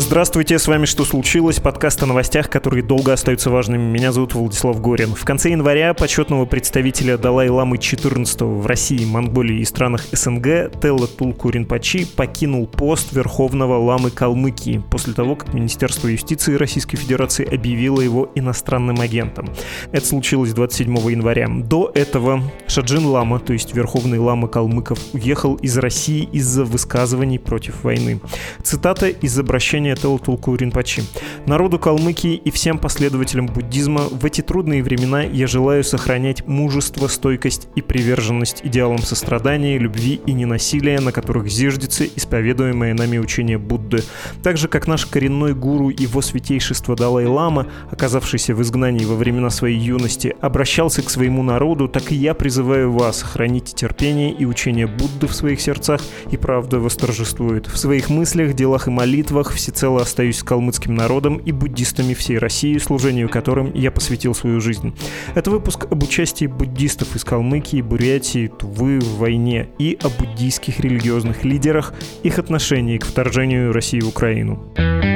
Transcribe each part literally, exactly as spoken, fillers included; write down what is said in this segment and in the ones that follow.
Здравствуйте, с вами «Что случилось?» Подкаст о новостях, которые долго остаются важными. Меня зовут Владислав Горин. В конце января почетного представителя Далай-ламы четырнадцатого в России, Монголии и странах СНГ Телла Тулку Ринпочи покинул пост Верховного ламы Калмыкии после того, как Министерство юстиции Российской Федерации объявило его иностранным агентом. Это случилось двадцать седьмого января. До этого Шаджин Лама, то есть Верховный лама калмыков, уехал из России из-за высказываний против войны. Цитата из обращения Телла Тулку Ринпочи. «Народу Калмыкии и всем последователям буддизма в эти трудные времена я желаю сохранять мужество, стойкость и приверженность идеалам сострадания, любви и ненасилия, на которых зиждется исповедуемое нами учение Будды. Так же, как наш коренной гуру его святейшество Далай-лама, оказавшийся в изгнании во времена своей юности, обращался к своему народу, так и я призываю вас, храните терпение и учение Будды в своих сердцах, и правда восторжествует. В своих мыслях, делах и молитвах всецело остаюсь с калмыцким народом и буддистами всей России, служению которым я посвятил свою жизнь. Это выпуск об участии буддистов из Калмыкии, Бурятии, Тувы в войне и о буддийских религиозных лидерах, их отношении к вторжению России в Украину.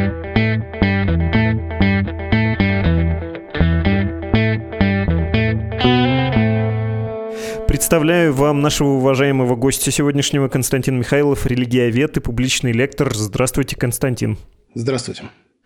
Представляю вам нашего уважаемого гостя сегодняшнего, Константин Михайлов, религиовед и публичный лектор. Здравствуйте, Константин. Здравствуйте.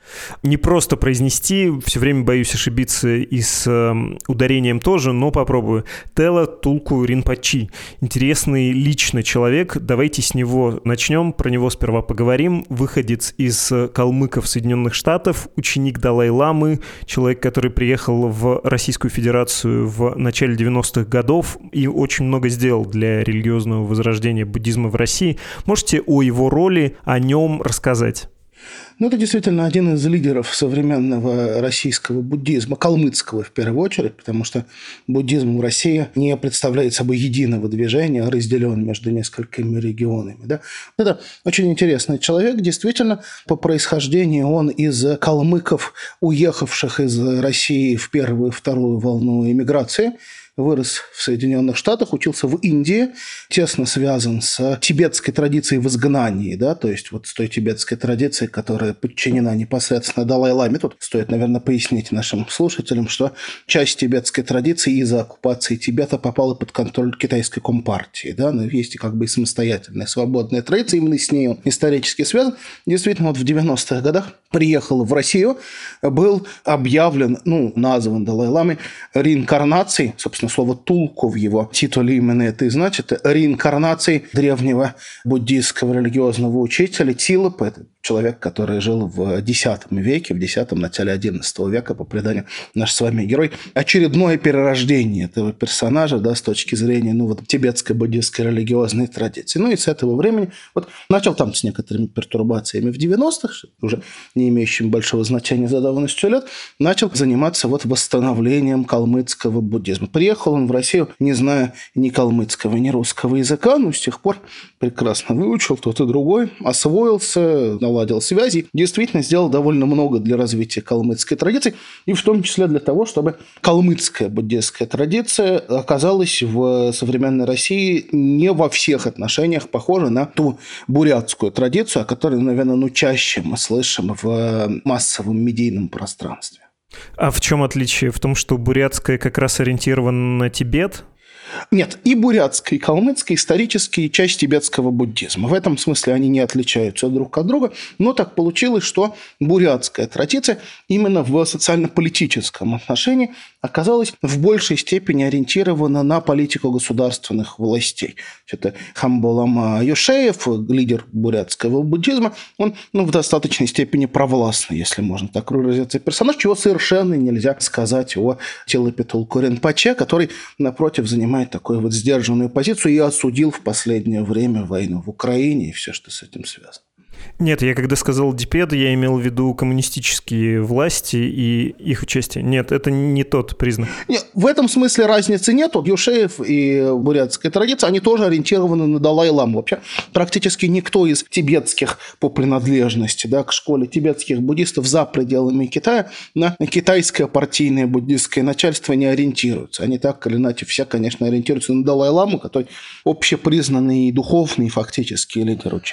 Не просто произнести, все время боюсь ошибиться и с э, ударением тоже, но попробую. Телла Тулку Ринпочи. Интересный лично человек. Давайте с него начнем, про него сперва поговорим. Выходец из калмыков Соединенных Штатов, ученик Далай-ламы, человек, который приехал в Российскую Федерацию в начале девяностых годов и очень много сделал для религиозного возрождения буддизма в России. Можете о его роли, о нем рассказать? Ну, это действительно один из лидеров современного российского буддизма, калмыцкого в первую очередь, потому что буддизм в России не представляет собой единого движения, разделен между несколькими регионами. Да? Это очень интересный человек. Действительно, по происхождению он из калмыков, уехавших из России в первую и вторую волну эмиграции. Вырос в Соединенных Штатах, учился в Индии, тесно связан с тибетской традицией в изгнании, да, то есть вот с той тибетской традицией, которая подчинена непосредственно Далай-ламе. Тут стоит, наверное, пояснить нашим слушателям, что часть тибетской традиции из-за оккупации Тибета попала под контроль китайской компартии, да, но есть и как бы и самостоятельная свободная традиция, именно с ней он исторически связан. Действительно, вот в девяностых годах приехал в Россию, был объявлен, ну, назван Далай-ламой реинкарнацией, собственно, слово «тулку» в его титуле именно это и значит, реинкарнацией древнего буддийского религиозного учителя Тилапа. Это человек, который жил в десятом веке, в десятом, начале одиннадцатого века, по преданию наш с вами герой. Очередное перерождение этого персонажа, да, с точки зрения, ну, вот, тибетской буддийской религиозной традиции. Ну, и с этого времени вот начал там с некоторыми пертурбациями в девяностых, уже не имеющим большого значения за давностью лет, начал заниматься вот восстановлением калмыцкого буддизма. Приехал он в Россию, не зная ни калмыцкого, ни русского языка, но с тех пор прекрасно выучил тот и другой, освоился, наладил связи, действительно сделал довольно много для развития калмыцкой традиции, и в том числе для того, чтобы калмыцкая буддийская традиция оказалась в современной России не во всех отношениях похожа на ту бурятскую традицию, о которой, наверное, ну, чаще мы слышим в массовом медийном пространстве. А в чем отличие? В том, что бурятская как раз ориентирована на Тибет? Нет, и бурятская, и калмыцкая исторические часть тибетского буддизма. В этом смысле они не отличаются друг от друга, но так получилось, что бурятская традиция именно в социально-политическом отношении оказалась в большей степени ориентирована на политику государственных властей. Это Хамболама Юшеев, лидер бурятского буддизма, он, ну, в достаточной степени провластный, если можно так выразиться, персонаж, чего совершенно нельзя сказать о Теллапе Тулку Ринпочи, который, напротив, занимает такую вот сдержанную позицию и осудил в последнее время войну в Украине и все, что с этим связано. Нет, я когда сказал Тибет, я имел в виду коммунистические власти и их участие. Нет, это не тот признак. Нет, в этом смысле разницы нет. Юшеев и бурятская традиция, они тоже ориентированы на Далай-ламу. Вообще практически никто из тибетских по принадлежности, да, к школе тибетских буддистов за пределами Китая на китайское партийное буддистское начальство не ориентируются. Они так или иначе все, конечно, ориентируются на Далай-ламу, который общепризнанный и духовный фактически лидер учения.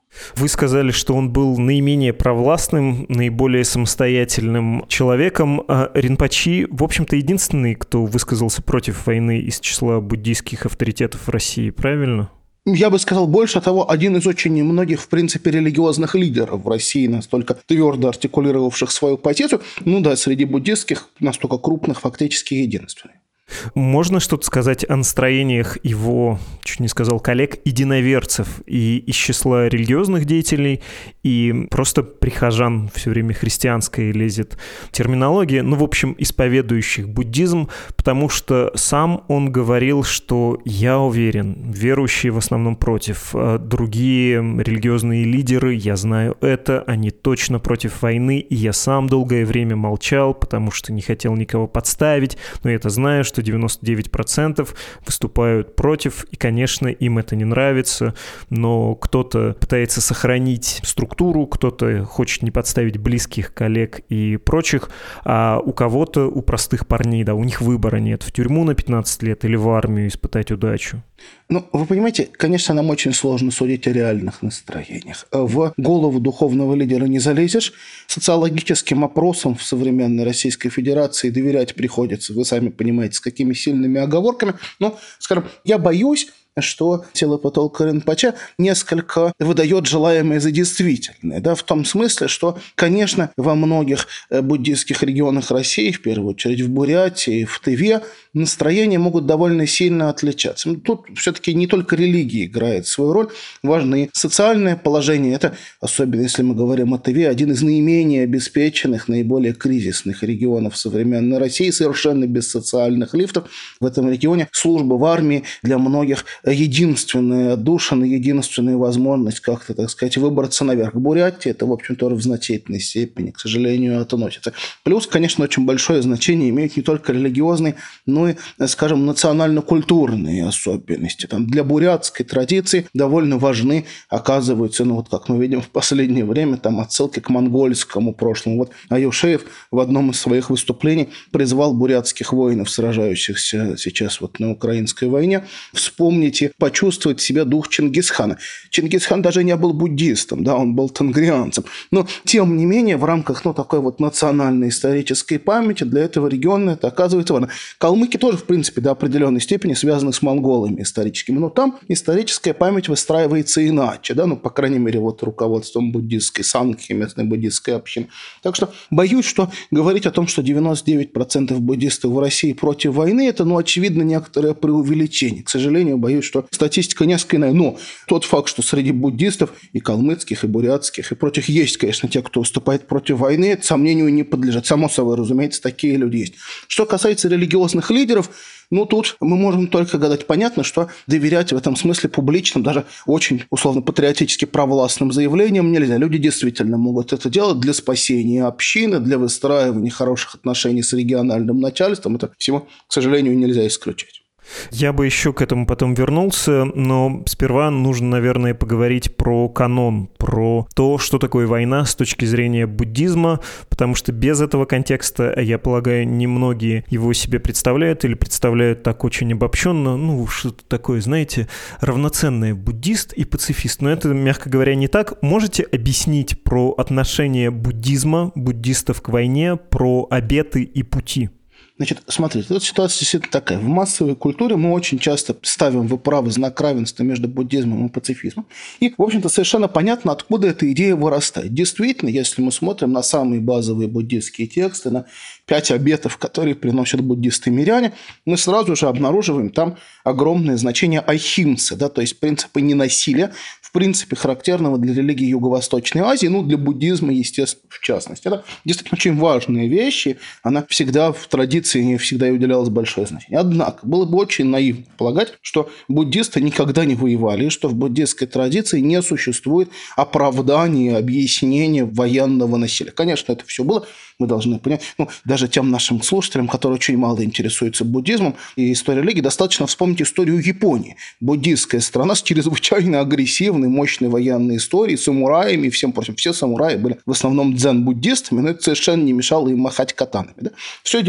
Вы сказали, что он был наименее провластным, наиболее самостоятельным человеком. А Ринпочи, в общем-то, единственный, кто высказался против войны из числа буддийских авторитетов в России, правильно? Я бы сказал, больше того, один из очень немногих, в принципе, религиозных лидеров в России, настолько твердо артикулировавших свою позицию, ну да, среди буддистских, настолько крупных, фактически единственный. Можно что-то сказать о настроениях его, чуть не сказал, коллег-единоверцев и из числа религиозных деятелей, и просто прихожан, все время христианская лезет терминология, ну, в общем, исповедующих буддизм, потому что сам он говорил, что я уверен, верующие в основном против, а другие религиозные лидеры, я знаю это, они точно против войны, и я сам долгое время молчал, потому что не хотел никого подставить, но я это знаю, что девяносто девять процентов выступают против, и, конечно, им это не нравится, но кто-то пытается сохранить структуру, кто-то хочет не подставить близких, коллег и прочих, а у кого-то, у простых парней, да, у них выбора нет, в тюрьму на пятнадцать лет или в армию испытать удачу. Ну, вы понимаете, конечно, нам очень сложно судить о реальных настроениях. В голову духовного лидера не залезешь. Социологическим опросам в современной Российской Федерации доверять приходится, вы сами понимаете, с какими сильными оговорками. Но, скажем, я боюсь, что сила толка Ринпоче несколько выдает желаемое за действительное. Да, в том смысле, что, конечно, во многих буддийских регионах России, в первую очередь в Бурятии, в Тыве, настроения могут довольно сильно отличаться. Тут все-таки не только религия играет свою роль, важно и социальное положение. Это, особенно если мы говорим о Тыве, один из наименее обеспеченных, наиболее кризисных регионов современной России, совершенно без социальных лифтов. В этом регионе служба в армии для многих единственная отдушина, единственная возможность как-то, так сказать, выбраться наверх. Бурятия это, в общем-то, в значительной степени, к сожалению, относится. Плюс, конечно, очень большое значение имеют не только религиозные, но и, скажем, национально-культурные особенности. Там для бурятской традиции довольно важны, оказываются, ну вот как мы видим в последнее время, там отсылки к монгольскому прошлому. Вот Аюшеев в одном из своих выступлений призвал бурятских воинов, сражающихся сейчас вот на украинской войне, вспомнить и почувствовать в себе дух Чингисхана. Чингисхан даже не был буддистом, да, он был тенгрианцем. Но, тем не менее, в рамках, ну, такой вот национальной исторической памяти для этого региона это оказывается важно. Калмыки тоже, в принципе, до определенной степени связаны с монголами историческими, но там историческая память выстраивается иначе, да, ну, по крайней мере, вот руководством буддистской сангхи, местной буддистской общины. Так что боюсь, что говорить о том, что девяносто девять процентов буддистов в России против войны, это, ну, очевидно, некоторое преувеличение. К сожалению, боюсь, что статистика несколько иная. Но тот факт, что среди буддистов и калмыцких, и бурятских, и прочих есть, конечно, те, кто выступает против войны, это сомнению не подлежит. Само собой, разумеется, такие люди есть. Что касается религиозных лидеров, ну, тут мы можем только гадать. Понятно, что доверять в этом смысле публичным, даже очень, условно, патриотически провластным заявлениям нельзя. Люди действительно могут это делать для спасения общины, для выстраивания хороших отношений с региональным начальством. Это всего, к сожалению, нельзя исключать. Я бы еще к этому потом вернулся, но сперва нужно, наверное, поговорить про канон, про то, что такое война с точки зрения буддизма, потому что без этого контекста, я полагаю, немногие его себе представляют или представляют так очень обобщенно, ну, что-то такое, знаете, равноценное буддист и пацифист. Но это, мягко говоря, не так. Можете объяснить про отношение буддизма, буддистов к войне, про обеты и пути? Значит, смотрите, тут ситуация действительно такая. В массовой культуре мы очень часто ставим в управу знак равенства между буддизмом и пацифизмом. И, в общем-то, совершенно понятно, откуда эта идея вырастает. Действительно, если мы смотрим на самые базовые буддистские тексты, на пять обетов, которые приносят буддисты-миряне, мы сразу же обнаруживаем там огромное значение ахимсы, да, то есть принципа ненасилия, в принципе, характерного для религии Юго-Восточной Азии, ну, для буддизма, естественно, в частности. Это действительно очень важные вещи, она всегда в традиции не всегда и уделялось большое значение. Однако, было бы очень наивно полагать, что буддисты никогда не воевали, и что в буддистской традиции не существует оправдания, объяснения военного насилия. Конечно, это все было, мы должны понять, ну, даже тем нашим слушателям, которые очень мало интересуются буддизмом и историей религии, достаточно вспомнить историю Японии. Буддистская страна с чрезвычайно агрессивной, мощной военной историей, самураями и всем прочим. Все самураи были в основном дзен-буддистами, но это совершенно не мешало им махать катанами. Да? Все дело в том,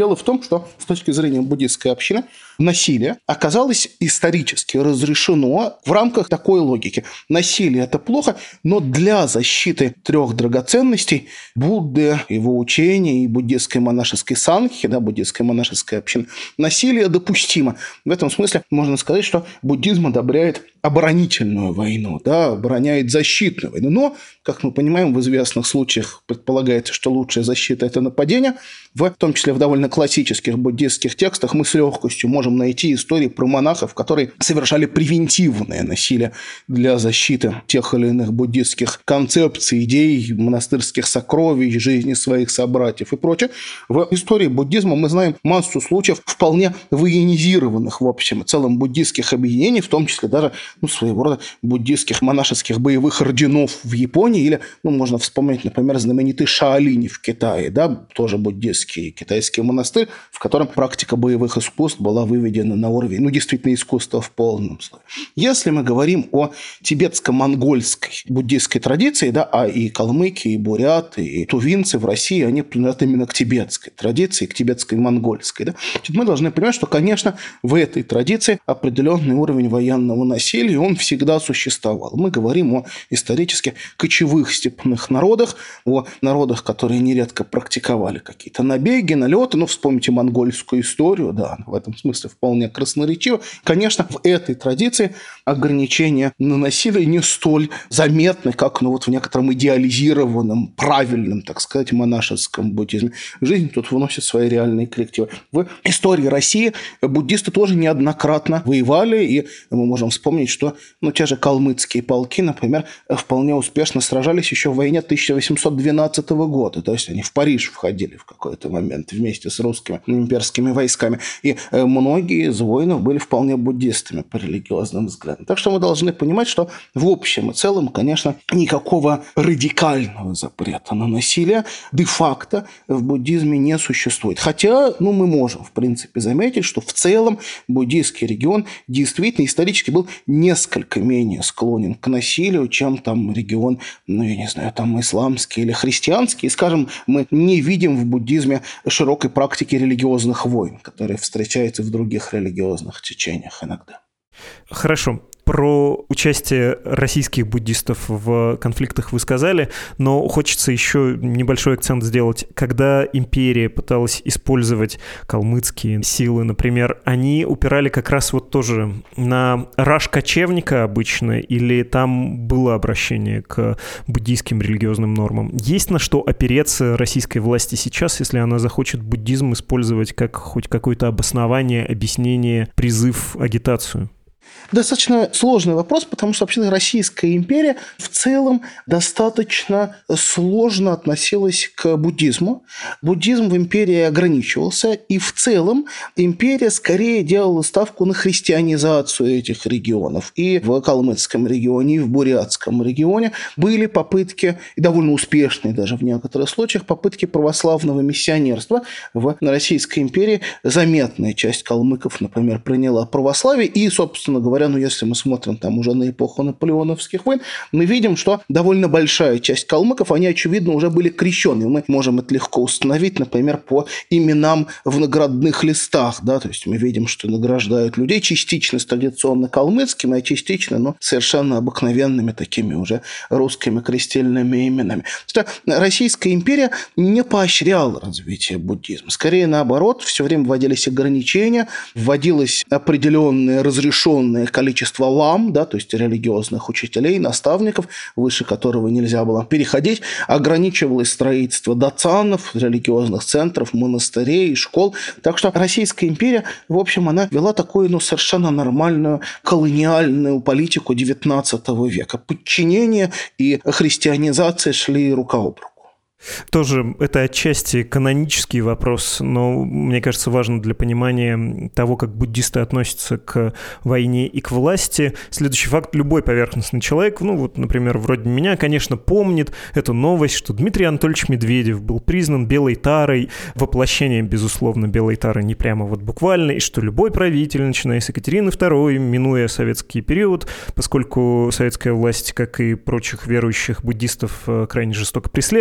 что с точки зрения буддистской общины насилие оказалось исторически разрешено в рамках такой логики. Насилие – это плохо, но для защиты трех драгоценностей Будды, его учения и буддистской монашеской сангхи, да, буддистской монашеской общины, насилие допустимо. В этом смысле можно сказать, что буддизм одобряет оборонительную войну, да, обороняет защитную войну. Но, как мы понимаем, в известных случаях предполагается, что лучшая защита – это нападение. В том числе в довольно классических буддистских текстах мы с легкостью можем найти истории про монахов, которые совершали превентивное насилие для защиты тех или иных буддистских концепций, идей, монастырских сокровищ, жизни своих собратьев и прочее. В истории буддизма мы знаем массу случаев вполне военизированных в общем и целом буддистских объединений, в том числе даже ну, своего рода буддистских монашеских боевых орденов в Японии, или, ну, можно вспомнить, например, знаменитый Шаолинь в Китае, да, тоже буддистский китайский монастырь, в котором практика боевых искусств была выведена на уровень, ну, действительно, искусства в полном смысле. Если мы говорим о тибетско-монгольской буддистской традиции, да, а и калмыки, и буряты, и тувинцы в России, они принадлежат именно к тибетской традиции, к тибетской монгольской, да, мы должны понимать, что, конечно, в этой традиции определенный уровень военного насилия, он всегда существовал. Мы говорим о исторически кочевых степных народах, о народах, которые нередко практиковали какие-то набеги, налеты. Ну, вспомните монгольскую историю, да, в этом смысле вполне красноречиво. Конечно, в этой традиции ограничения на насилие не столь заметны, как ну, вот в некотором идеализированном, правильном, так сказать, монашеском буддизме. Жизнь тут вносит свои реальные коррективы. В истории России буддисты тоже неоднократно воевали, и мы можем вспомнить, что ну, те же калмыцкие полки, например, вполне успешно сражались еще в войне тысяча восемьсот двенадцатого года. То есть они в Париж входили в какой-то момент вместе с русскими имперскими войсками. И многие из воинов были вполне буддистами по религиозным взглядам. Так что мы должны понимать, что в общем и целом, конечно, никакого радикального запрета на насилие де-факто в буддизме не существует. Хотя, ну, мы можем, в принципе, заметить, что в целом буддийский регион действительно исторически был несколько менее склонен к насилию, чем там регион, ну, я не знаю, там исламский или христианский. И, скажем, мы не видим в буддизме широкой практики религиозных войн, которые встречаются в других религиозных течениях иногда. Хорошо. Про участие российских буддистов в конфликтах вы сказали, но хочется еще небольшой акцент сделать. Когда империя пыталась использовать калмыцкие силы, например, они упирали как раз вот тоже на раж кочевника обычно, или там было обращение к буддийским религиозным нормам? Есть на что опереться российской власти сейчас, если она захочет буддизм использовать как хоть какое-то обоснование, объяснение, призыв, агитацию? Достаточно сложный вопрос, потому что вообще Российская империя в целом достаточно сложно относилась к буддизму. Буддизм в империи ограничивался, и в целом империя скорее делала ставку на христианизацию этих регионов. И в калмыцком регионе, и в бурятском регионе были попытки, и довольно успешные даже в некоторых случаях, попытки православного миссионерства. В Российской империи заметная часть калмыков, например, приняла православие, и, собственно говоря, ну, если мы смотрим там уже на эпоху наполеоновских войн, мы видим, что довольно большая часть калмыков, они, очевидно, уже были крещены. Мы можем это легко установить, например, по именам в наградных листах, да, то есть мы видим, что награждают людей частично с традиционно калмыцкими, а частично, ну, совершенно обыкновенными такими уже русскими крестильными именами. То есть Российская империя не поощряла развитие буддизма. Скорее, наоборот, все время вводились ограничения, вводилось определенное разрешенное количество лам, да, то есть религиозных учителей, наставников, выше которого нельзя было переходить, ограничивалось строительство дацанов, религиозных центров, монастырей, школ. Так что Российская империя, в общем, она вела такую, ну, совершенно нормальную колониальную политику девятнадцатого века. Подчинение и христианизация шли рука об руку. Тоже это отчасти канонический вопрос, но, мне кажется, важно для понимания того, как буддисты относятся к войне и к власти. Следующий факт. Любой поверхностный человек, ну вот, например, вроде меня, конечно, помнит эту новость, что Дмитрий Анатольевич Медведев был признан белой тарой, воплощением, безусловно, белой тары не прямо вот буквально, и что любой правитель, начиная с Екатерины второй, минуя советский период, поскольку советская власть, как и прочих верующих буддистов, крайне жестоко преследовала,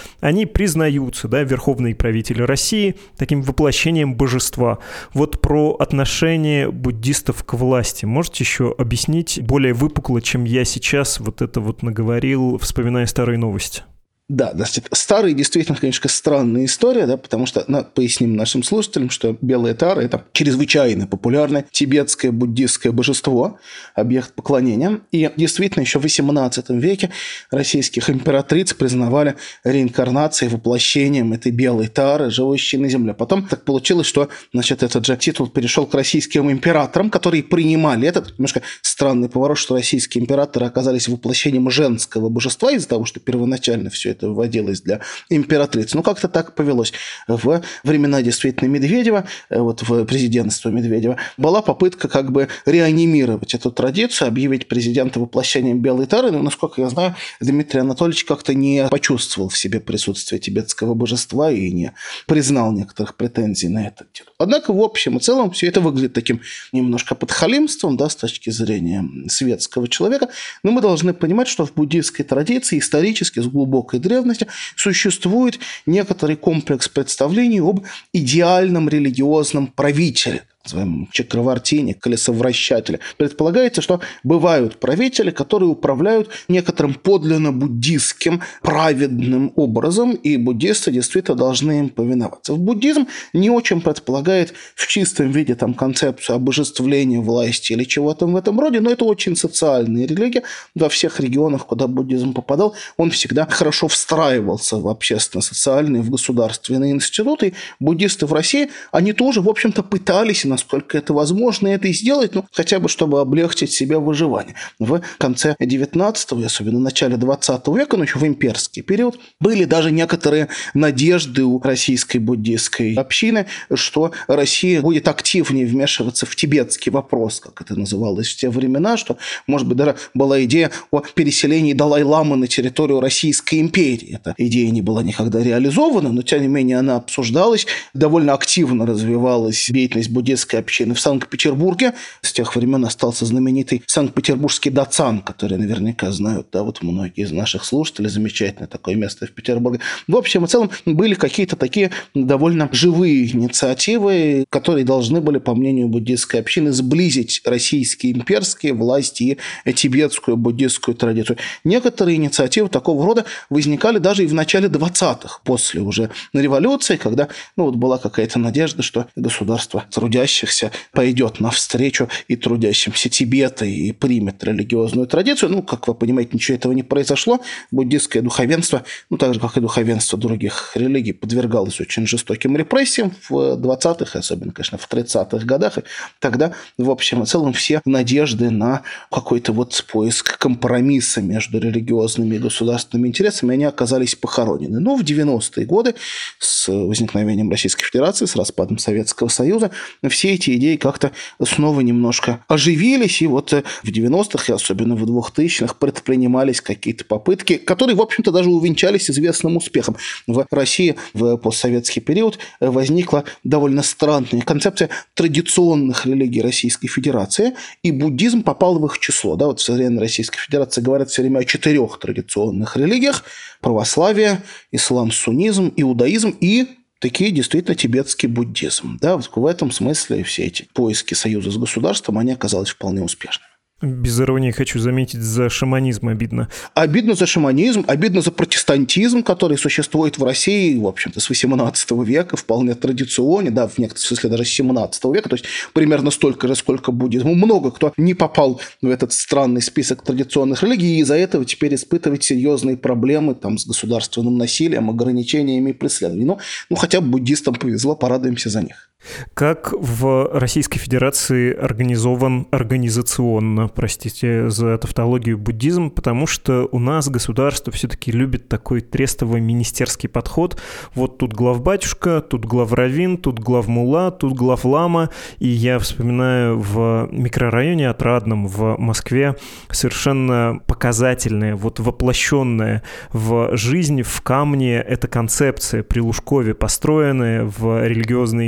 они признаются, да, верховные правители России, таким воплощением божества. Вот про отношение буддистов к власти можете еще объяснить более выпукло, чем я сейчас вот это вот наговорил, вспоминая старые новости? Да, значит, старая действительно, конечно, странная история, да, потому что, ну, поясним нашим слушателям, что белые тары – это чрезвычайно популярное тибетское буддистское божество, объект поклонения. И действительно, еще в восемнадцатом веке российских императриц признавали реинкарнацией, воплощением этой белой тары, живущей на земле. Потом так получилось, что, значит, этот же титул перешел к российским императорам, которые принимали этот немножко странный поворот, что российские императоры оказались воплощением женского божества из-за того, что первоначально все это вводилось для императриц. Ну, как-то так повелось. В времена действительно Медведева, вот в президентство Медведева, была попытка как бы реанимировать эту традицию, объявить президента воплощением белой тары, но, насколько я знаю, Дмитрий Анатольевич как-то не почувствовал в себе присутствие тибетского божества и не признал некоторых претензий на этот титул. Однако, в общем и целом, все это выглядит таким немножко подхалимством, да, с точки зрения светского человека, но мы должны понимать, что в буддийской традиции исторически с глубокой древности существует некоторый комплекс представлений об идеальном религиозном правителе, называемом чакравартине, колесовращателе. Предполагается, что бывают правители, которые управляют некоторым подлинно буддистским праведным образом, и буддисты действительно должны им повиноваться. В буддизм не очень предполагает в чистом виде там концепцию обожествления власти или чего-то в этом роде, но это очень социальная религия. Во всех регионах, куда буддизм попадал, он всегда хорошо встраивался в общественно-социальные, в государственные институты. И буддисты в России, они тоже, в общем-то, пытались, насколько это возможно, это и сделать, ну, хотя бы, чтобы облегчить себе выживание. В конце девятнадцатого, особенно в начале двадцатого века, но еще в имперский период, были даже некоторые надежды у российской буддистской общины, что Россия будет активнее вмешиваться в тибетский вопрос, как это называлось в те времена, что, может быть, даже была идея о переселении Далай-ламы на территорию Российской империи. Эта идея не была никогда реализована, но, тем не менее, она обсуждалась, довольно активно развивалась деятельность буддистской общины в Санкт-Петербурге. С тех времен остался знаменитый санкт-петербургский Дацан, который наверняка знают, да, вот многие из наших слушателей, замечательное такое место в Петербурге. В общем и целом были какие-то такие довольно живые инициативы, которые должны были, по мнению буддистской общины, сблизить российские имперские власти и тибетскую буддистскую традицию. Некоторые инициативы такого рода возникали даже и в начале двадцатых, после уже революции, когда, ну, вот была какая-то надежда, что государство трудящихся пойдет навстречу и трудящимся Тибета и примет религиозную традицию. Ну, как вы понимаете, ничего этого не произошло. Буддистское духовенство, ну, так же, как и духовенство других религий, подвергалось очень жестоким репрессиям в двадцатых, особенно, конечно, в тридцатых годах. И тогда, в общем и целом, все надежды на какой-то вот поиск компромисса между религиозными и государственными интересами, они оказались похоронены. Но в девяностые годы с возникновением Российской Федерации, с распадом Советского Союза, все эти идеи как-то снова немножко оживились, и вот в девяностых, и особенно в двухтысячных, предпринимались какие-то попытки, которые, в общем-то, даже увенчались известным успехом. В России в постсоветский период возникла довольно странная концепция традиционных религий Российской Федерации, и буддизм попал в их число. Да, вот в современной Российской Федерации говорят все время о четырех традиционных религиях: православие, ислам, суннизм, иудаизм и такие действительно тибетский буддизм. Да, вот в этом смысле все эти поиски союза с государством, они оказались вполне успешными. Без иронии хочу заметить, за шаманизм обидно. Обидно за шаманизм, обидно за протестантизм, который существует в России, в общем-то, с восемнадцатого века, вполне традиционен, да, в некотором смысле даже с семнадцатого века, то есть примерно столько же, сколько буддизму. Много кто не попал в этот странный список традиционных религий, и из-за этого теперь испытывает серьезные проблемы там, с государственным насилием, ограничениями и преследованиями. Ну, ну, хотя бы буддистам повезло, порадуемся за них. Как в Российской Федерации организован организационно, простите за тавтологию, буддизм, потому что у нас государство все-таки любит такой трестовый министерский подход. Вот тут главбатюшка, тут главравин, тут главмула, тут главлама. И я вспоминаю в микрорайоне Отрадном в Москве совершенно показательная, вот воплощенная в жизнь, в камне эта концепция при Лужкове, построенная в религиозные искания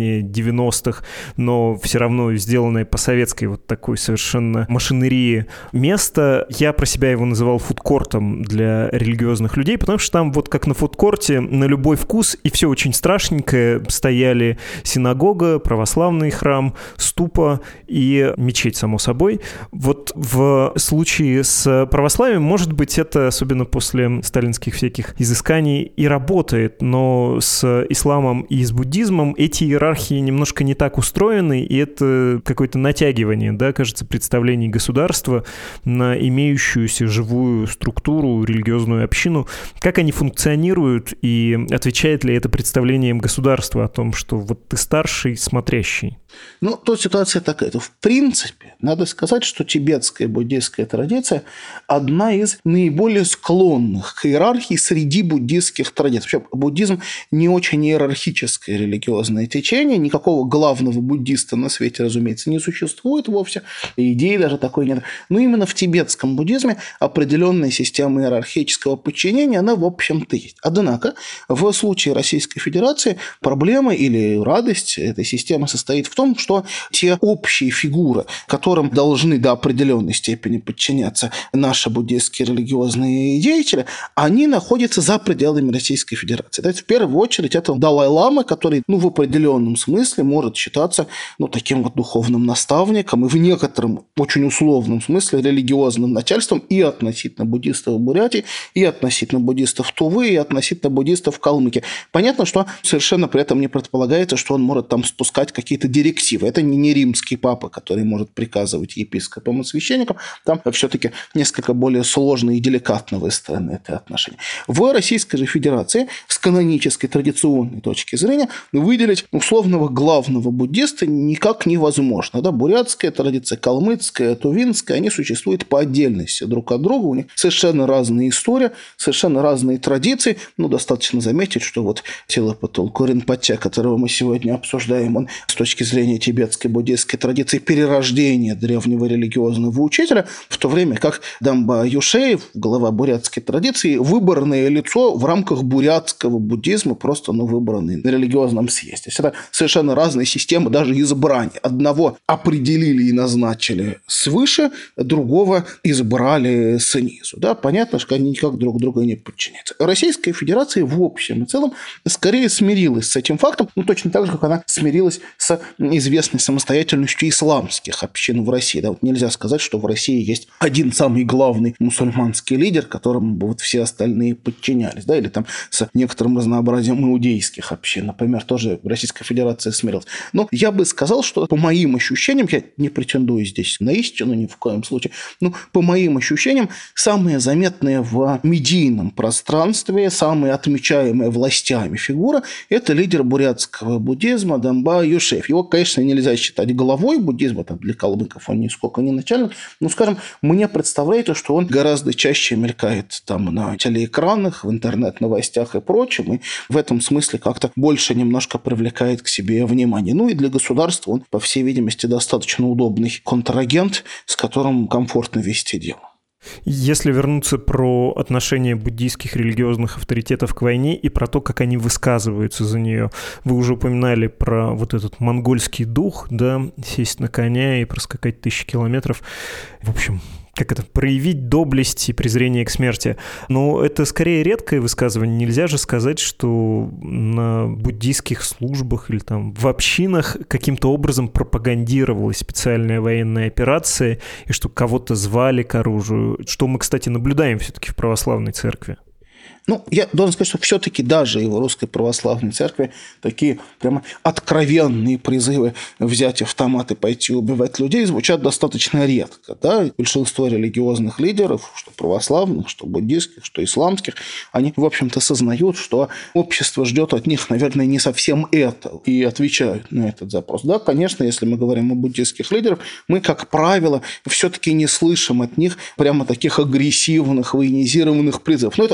середине девяностых, но все равно сделанное по советской вот такой совершенно машинерии место. Я про себя его называл фудкортом для религиозных людей, потому что там вот как на фудкорте на любой вкус, и все очень страшненькое. Стояли синагога, православный храм, ступа и мечеть, само собой. Вот в случае с православием, может быть, это, особенно после сталинских всяких изысканий, и работает, но с исламом и с буддизмом эти иерархии немножко не так устроены, и это какое-то натягивание, да, кажется, представлений государства на имеющуюся живую структуру, религиозную общину. Как они функционируют, и отвечает ли это представлениям государства о том, что вот ты старший, смотрящий? Ну, тут ситуация такая. В принципе, надо сказать, что тибетская буддийская традиция одна из наиболее склонных к иерархии среди буддийских традиций. Вообще, буддизм не очень иерархическое религиозное течение. Никакого главного буддиста на свете, разумеется, не существует вовсе. И идеи даже такой нет. Но именно в тибетском буддизме определенная система иерархического подчинения, она, в общем-то, есть. Однако, в случае Российской Федерации проблема или радость этой системы состоит в том, что те общие фигуры, которым должны до определенной степени подчиняться наши буддийские религиозные деятели, они находятся за пределами Российской Федерации. То есть, в первую очередь, это Далай-лама, который, ну, в определенном смысле может считаться, ну, таким вот духовным наставником и в некотором очень условном смысле религиозным начальством и относительно буддистов в Бурятии, и относительно буддистов Тувы, и относительно буддистов в Калмыкии. Понятно, что совершенно при этом не предполагается, что он может там спускать какие-то директивы. Это не, не римский папа, который может приказывать епископам и священникам. Там все-таки несколько более сложно и деликатно выстроены эти отношения. В Российской же Федерации с канонической традиционной точки зрения выделить условного главного буддиста никак невозможно. Да? Бурятская традиция, калмыцкая, тувинская, они существуют по отдельности друг от друга. У них совершенно разные истории, совершенно разные традиции. Ну, достаточно заметить, что вот Тилапатулку Ринпоче, которого мы сегодня обсуждаем, он с точки зрения тибетской буддийской традиции перерождения древнего религиозного учителя, в то время как Дамба Юшеев, глава бурятской традиции, выборное лицо в рамках бурятского буддизма, просто ну, выбранный на религиозном съезде. Это совершенно разные системы даже избрания. Одного определили и назначили свыше, другого избрали снизу. Да? Понятно, что они никак друг друга не подчиняются. Российская Федерация в общем и целом скорее смирилась с этим фактом, ну, точно так же, как она смирилась с известной самостоятельностью исламских общин в России. Да, вот нельзя сказать, что в России есть один самый главный мусульманский лидер, которому вот все остальные подчинялись. Да, или там с некоторым разнообразием иудейских общин, например, тоже Российская Федерация смирилась. Но я бы сказал, что по моим ощущениям, я не претендую здесь на истину ни в коем случае, но по моим ощущениям, самые заметные в медийном пространстве, самые отмечаемые властями фигура – это лидер бурятского буддизма Дамба Юшеев. Его, конечно, нельзя считать главой буддизма, там, для калмыков он нисколько не начальник, но, скажем, мне представляется, что он гораздо чаще мелькает там на телеэкранах, в интернет-новостях и прочем, и в этом смысле как-то больше немножко привлекает к себе внимание. Ну и для государства он, по всей видимости, достаточно удобный контрагент, с которым комфортно вести дело. Если вернуться про отношение буддийских религиозных авторитетов к войне и про то, как они высказываются за нее, вы уже упоминали про вот этот монгольский дух, да, сесть на коня и проскакать тысячи километров. В общем, как это, проявить доблесть и презрение к смерти. Но это скорее редкое высказывание. Нельзя же сказать, что на буддийских службах или там в общинах каким-то образом пропагандировалась специальная военная операция, и что кого-то звали к оружию, что мы, кстати, наблюдаем все-таки в православной церкви. Ну, я должен сказать, что все-таки даже и в Русской Православной Церкви такие прямо откровенные призывы взять автомат и пойти убивать людей звучат достаточно редко. Да? Большинство религиозных лидеров, что православных, что буддийских, что исламских, они, в общем-то, сознают, что общество ждет от них, наверное, не совсем это, и отвечают на этот запрос. Да, конечно, если мы говорим о буддийских лидерах, мы, как правило, все-таки не слышим от них прямо таких агрессивных, военизированных призывов. Ну, это, в общем-то,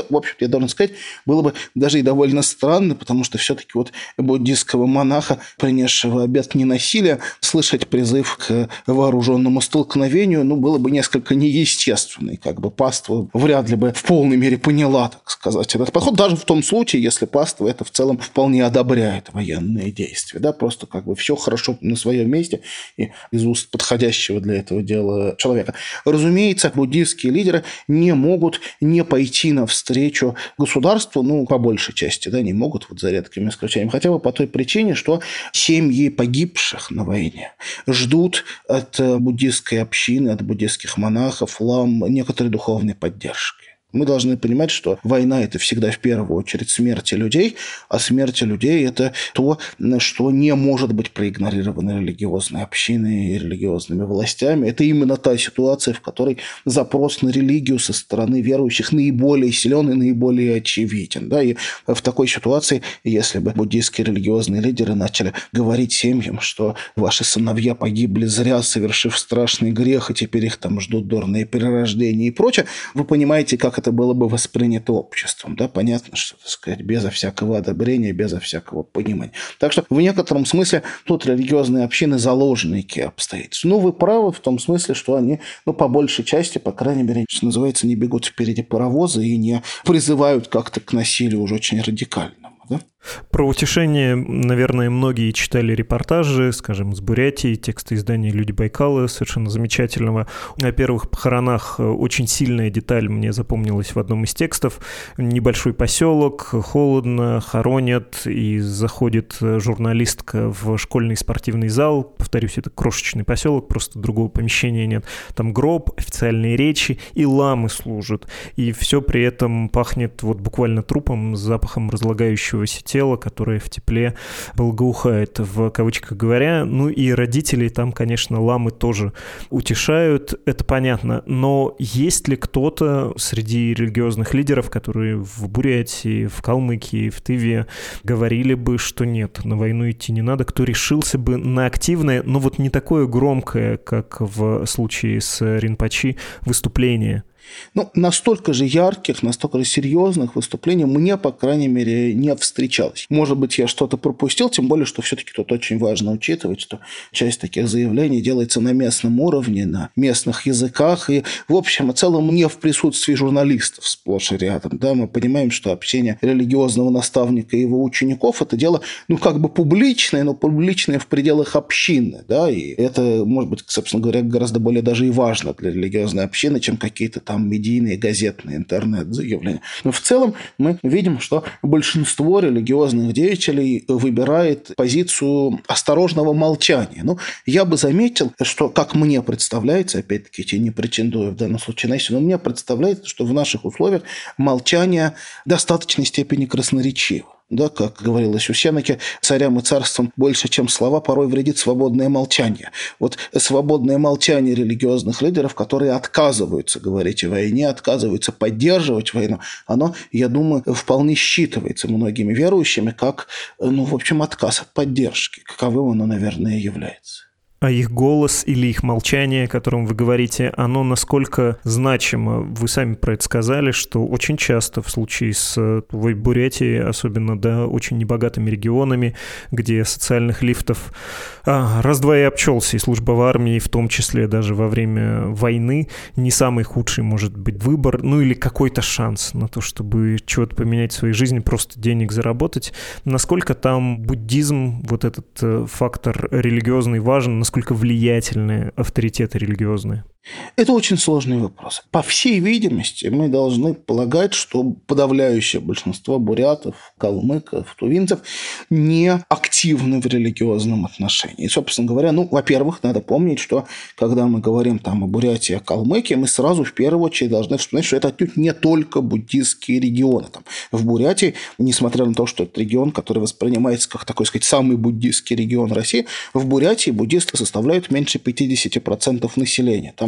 я должен сказать, было бы даже и довольно странно, потому что все-таки вот буддистского монаха, принесшего обет ненасилия, слышать призыв к вооруженному столкновению, ну, было бы несколько неестественно. И как бы паства вряд ли бы в полной мере поняла, так сказать, этот подход, даже в том случае, если паства это в целом вполне одобряет военные действия. Да? Просто как бы все хорошо на своем месте и из уст подходящего для этого дела человека. Разумеется, буддистские лидеры не могут не пойти навстречу государству, ну, по большей части, да, не могут, вот за редким исключением, хотя бы по той причине, что семьи погибших на войне ждут от буддистской общины, от буддистских монахов, лам некоторой духовной поддержки. Мы должны понимать, что война – это всегда в первую очередь смерти людей, а смерти людей – это то, что не может быть проигнорировано религиозной общиной и религиозными властями. Это именно та ситуация, в которой запрос на религию со стороны верующих наиболее силен и наиболее очевиден. Да? И в такой ситуации, если бы буддийские религиозные лидеры начали говорить семьям, что ваши сыновья погибли зря, совершив страшный грех, и теперь их там ждут дурные перерождения и прочее, вы понимаете, как это было бы воспринято обществом. Да? Понятно, что, так сказать, безо всякого одобрения, безо всякого понимания. Так что в некотором смысле тут религиозные общины заложники обстоятельств. Ну, вы правы в том смысле, что они, ну, по большей части, по крайней мере, что называется, не бегут впереди паровоза и не призывают как-то к насилию уже очень радикальному. Да? Про утешение, наверное, многие читали репортажи, скажем, с Бурятии, тексты издания «Люди Байкала» совершенно замечательного. О первых похоронах очень сильная деталь мне запомнилась в одном из текстов. Небольшой поселок, холодно, хоронят, и заходит журналистка в школьный спортивный зал. Повторюсь, это крошечный поселок, просто другого помещения нет. Там гроб, официальные речи, и ламы служат. И все при этом пахнет вот буквально трупом, запахом разлагающегося тела, которое в тепле благоухает, в кавычках говоря. Ну и родителей там, конечно, ламы тоже утешают, это понятно. Но есть ли кто-то среди религиозных лидеров, которые в Бурятии, в Калмыкии, в Тыве говорили бы, что нет, на войну идти не надо, кто решился бы на активное, но вот не такое громкое, как в случае с Ринпочи, выступление? Ну, настолько же ярких, настолько же серьезных выступлений мне, по крайней мере, не встречалось. Может быть, я что-то пропустил, тем более, что все-таки тут очень важно учитывать, что часть таких заявлений делается на местном уровне, на местных языках, и, в общем и целом, не в присутствии журналистов сплошь и рядом. Да? Мы понимаем, что общение религиозного наставника и его учеников – это дело, ну, как бы публичное, но публичное в пределах общины. Да? И это, может быть, собственно говоря, гораздо более даже и важно для религиозной общины, чем какие-то там медийные, газетные, интернет-заявления. Но в целом мы видим, что большинство религиозных деятелей выбирает позицию осторожного молчания. Ну, я бы заметил, что, как мне представляется, опять-таки, я не претендую в данном случае на истину, но мне представляется, что в наших условиях молчание в достаточной степени красноречиво. Да, как говорилось у Сенеки, царям и царствам больше, чем слова, порой вредит свободное молчание. Вот свободное молчание религиозных лидеров, которые отказываются говорить о войне, отказываются поддерживать войну, оно, я думаю, вполне считывается многими верующими как, ну, в общем, отказ от поддержки, каковым оно, наверное, является. А их голос или их молчание, о котором вы говорите, оно насколько значимо? Вы сами про это сказали, что очень часто в случае с Бурятией, особенно, да, очень небогатыми регионами, где социальных лифтов а, раз-два и обчелся, и служба в армии, в том числе даже во время войны, не самый худший может быть выбор, ну или какой-то шанс на то, чтобы чего-то поменять в своей жизни, просто денег заработать. Насколько там буддизм, вот этот фактор религиозный важен, насколько влиятельны авторитеты религиозные? Это очень сложный вопрос. По всей видимости, мы должны полагать, что подавляющее большинство бурятов, калмыков, тувинцев не активны в религиозном отношении. И, собственно говоря, ну, во-первых, надо помнить, что когда мы говорим там о Бурятии, о Калмыкии, мы сразу в первую очередь должны вспоминать, что это отнюдь не только буддистские регионы. Там, в Бурятии, несмотря на то, что это регион, который воспринимается как такой, сказать, самый буддистский регион России, в Бурятии буддисты составляют меньше пятьдесят процентов населения. Там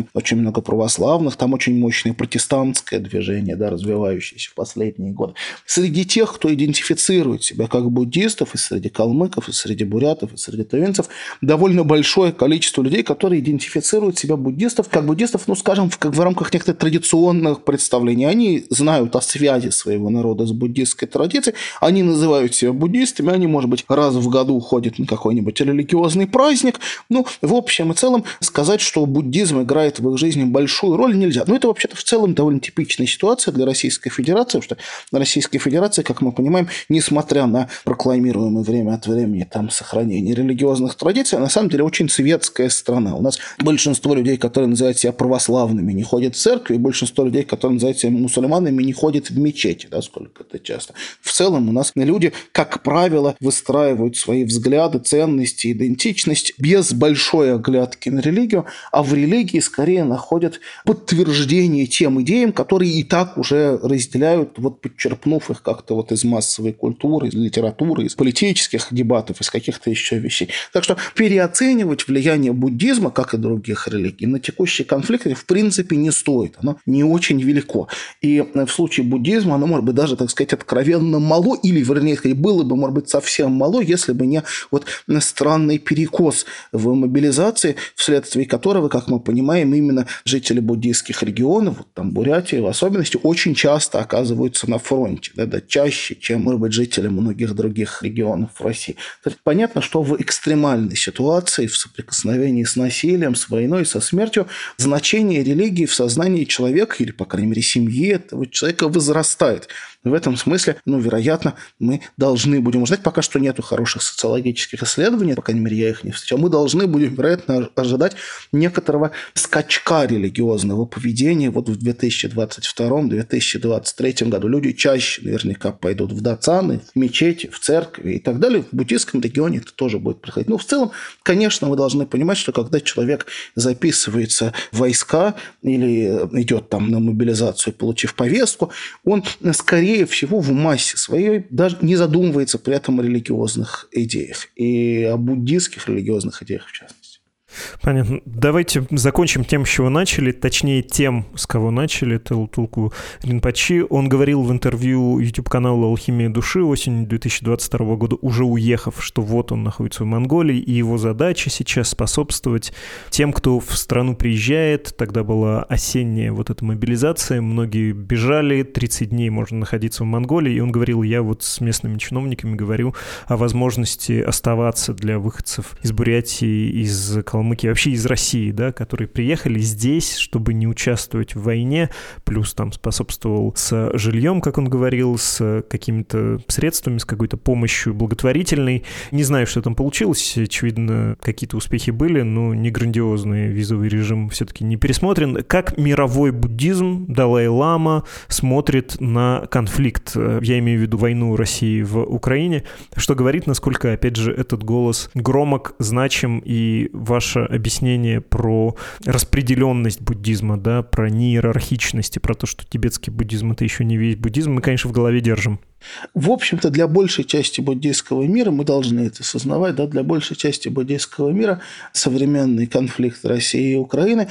очень много православных, там очень мощное протестантское движение, да, развивающееся в последние годы. Среди тех, кто идентифицирует себя как буддистов, и среди калмыков, и среди бурятов, и среди тувинцев, довольно большое количество людей, которые идентифицируют себя буддистов как буддистов, ну, скажем, в, как в рамках некоторых традиционных представлений. Они знают о связи своего народа с буддистской традицией, они называют себя буддистами, они, может быть, раз в году ходят на какой-нибудь религиозный праздник. Ну, в общем и целом, сказать, что буддизм играет в их жизни большую роль, нельзя. Но это, вообще-то, в целом довольно типичная ситуация для Российской Федерации, потому что Российская Федерация, как мы понимаем, несмотря на прокламируемое время от времени там сохранение религиозных традиций, на самом деле очень светская страна. У нас большинство людей, которые называют себя православными, не ходят в церковь, и большинство людей, которые называют себя мусульманами, не ходят в мечети, да, сколько это часто. В целом у нас люди, как правило, выстраивают свои взгляды, ценности, идентичность без большой оглядки на религию, а в религии скорее находят подтверждение тем идеям, которые и так уже разделяют, вот подчерпнув их как-то вот из массовой культуры, из литературы, из политических дебатов, из каких-то еще вещей. Так что переоценивать влияние буддизма, как и других религий, на текущие конфликты в принципе не стоит. Оно не очень велико. И в случае буддизма оно, может быть, даже, так сказать, откровенно мало, или, вернее сказать, было бы, может быть, совсем мало, если бы не вот странный перекос в мобилизации, вследствие которого, как мы понимаем, именно жители буддийских регионов, вот там Бурятии в особенности, очень часто оказываются на фронте, да, да, чаще, чем, может быть, жители многих других регионов в России. То есть понятно, что в экстремальной ситуации, в соприкосновении с насилием, с войной, со смертью, значение религии в сознании человека, или, по крайней мере, семьи этого человека возрастает. В этом смысле, ну, вероятно, мы должны будем ждать, пока что нету хороших социологических исследований, по крайней мере, я их не встречал, мы должны будем, вероятно, ожидать некоторого скачка религиозного поведения вот в две тысячи двадцать втором - две тысячи двадцать третьем году. Люди чаще наверняка пойдут в дацаны, в мечети, в церкви и так далее. В буддийском регионе это тоже будет происходить. Ну, в целом, конечно, мы должны понимать, что когда человек записывается в войска или идет там на мобилизацию, получив повестку, он скорее всего в массе своей даже не задумывается при этом о религиозных идеях и о буддийских религиозных идеях в частности. Понятно. Давайте закончим тем, с чего начали, точнее тем, с кого начали. Тулку Ринпоче. Он говорил в интервью YouTube-каналу «Алхимия души» осенью две тысячи двадцать второго года, уже уехав, что вот он находится в Монголии, и его задача сейчас способствовать тем, кто в страну приезжает. Тогда была осенняя вот эта мобилизация, многие бежали, тридцать дней можно находиться в Монголии, и он говорил, я вот с местными чиновниками говорю о возможности оставаться для выходцев из Бурятии, из Калмыкии, вообще из России, да, которые приехали здесь, чтобы не участвовать в войне, плюс там способствовал с жильем, как он говорил, с какими-то средствами, с какой-то помощью благотворительной. Не знаю, что там получилось, очевидно, какие-то успехи были, но не грандиозный визовый режим все-таки не пересмотрен. Как мировой буддизм, Далай-лама смотрит на конфликт, я имею в виду войну России в Украине, что говорит, насколько, опять же, этот голос громок, значим, и ваш объяснение про распределенность буддизма, да, про неиерархичность и про то, что тибетский буддизм — это еще не весь буддизм, мы, конечно, в голове держим. В общем-то, для большей части буддийского мира, мы должны это осознавать, да, для большей части буддийского мира современный конфликт России и Украины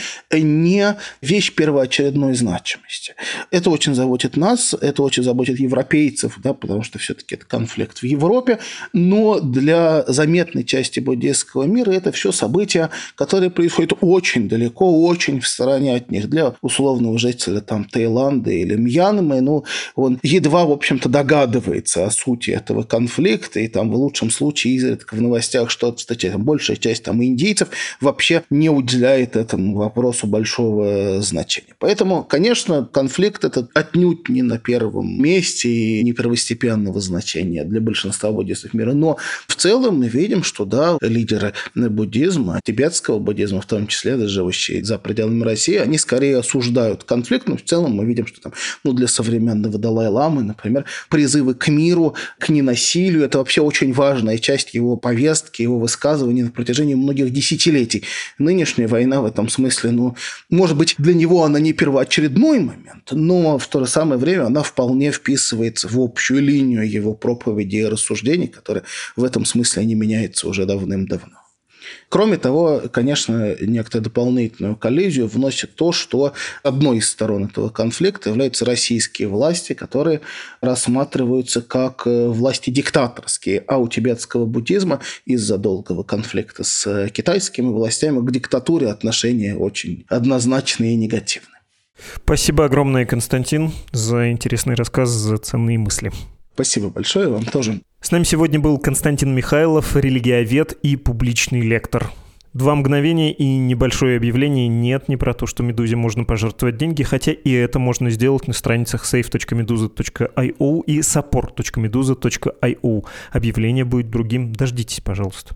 не вещь первоочередной значимости. Это очень заботит нас, это очень заботит европейцев, да, потому что все-таки это конфликт в Европе, но для заметной части буддийского мира это все события, которые происходят очень далеко, очень в стороне от них. Для условного жителя там Таиланда или Мьянмы, ну, он едва, в общем-то, догадывается о сути этого конфликта, и там в лучшем случае изредка в новостях что-то, кстати, там большая часть там индийцев вообще не уделяет этому вопросу большого значения. Поэтому, конечно, конфликт этот отнюдь не на первом месте и не первостепенного значения для большинства буддистов мира, но в целом мы видим, что, да, лидеры буддизма, тибетского буддизма, в том числе, даже живущие за пределами России, они скорее осуждают конфликт, но в целом мы видим, что там, ну, для современного Далай-ламы, например, призывы к миру, к ненасилию – это вообще очень важная часть его повестки, его высказываний на протяжении многих десятилетий. Нынешняя война в этом смысле, ну, может быть, для него она не первоочередной момент, но в то же самое время она вполне вписывается в общую линию его проповеди и рассуждений, которые в этом смысле не меняются уже давным-давно. Кроме того, конечно, некоторую дополнительную коллизию вносит то, что одной из сторон этого конфликта являются российские власти, которые рассматриваются как власти диктаторские, а у тибетского буддизма из-за долгого конфликта с китайскими властями к диктатуре отношения очень однозначные и негативные. Спасибо огромное, Константин, за интересный рассказ, за ценные мысли. Спасибо большое, вам тоже. С нами сегодня был Константин Михайлов, религиовед и публичный лектор. Два мгновения и небольшое объявление. Нет, не про то, что «Медузе» можно пожертвовать деньги, хотя и это можно сделать на страницах сейф точка медуза точка ай о и support точка медуза точка ай о. Объявление будет другим. Дождитесь, пожалуйста.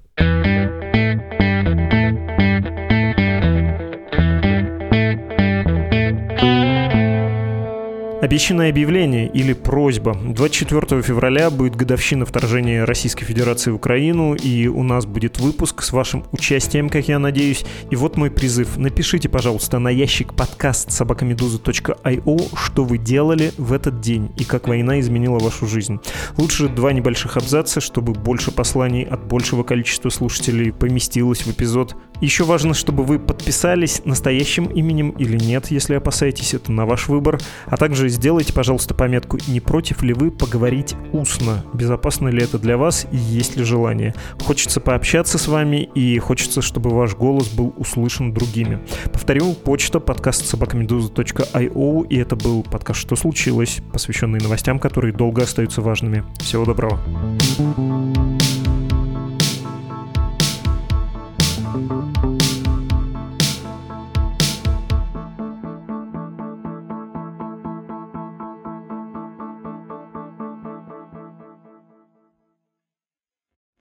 Обещанное объявление или просьба. двадцать четвёртого февраля будет годовщина вторжения Российской Федерации в Украину, и у нас будет выпуск с вашим участием, как я надеюсь. И вот мой призыв. Напишите, пожалуйста, на ящик подкаст собака медуза точка ай о, что вы делали в этот день и как война изменила вашу жизнь. Лучше два небольших абзаца, чтобы больше посланий от большего количества слушателей поместилось в эпизод. Еще важно, чтобы вы подписались настоящим именем или нет, если опасаетесь, это на ваш выбор. А также сделайте, пожалуйста, пометку, не против ли вы поговорить устно, безопасно ли это для вас и есть ли желание. Хочется пообщаться с вами и хочется, чтобы ваш голос был услышан другими. Повторю, почта подкаст собака медуза точка ай о, и это был подкаст «Что случилось?», посвященный новостям, которые долго остаются важными. Всего доброго.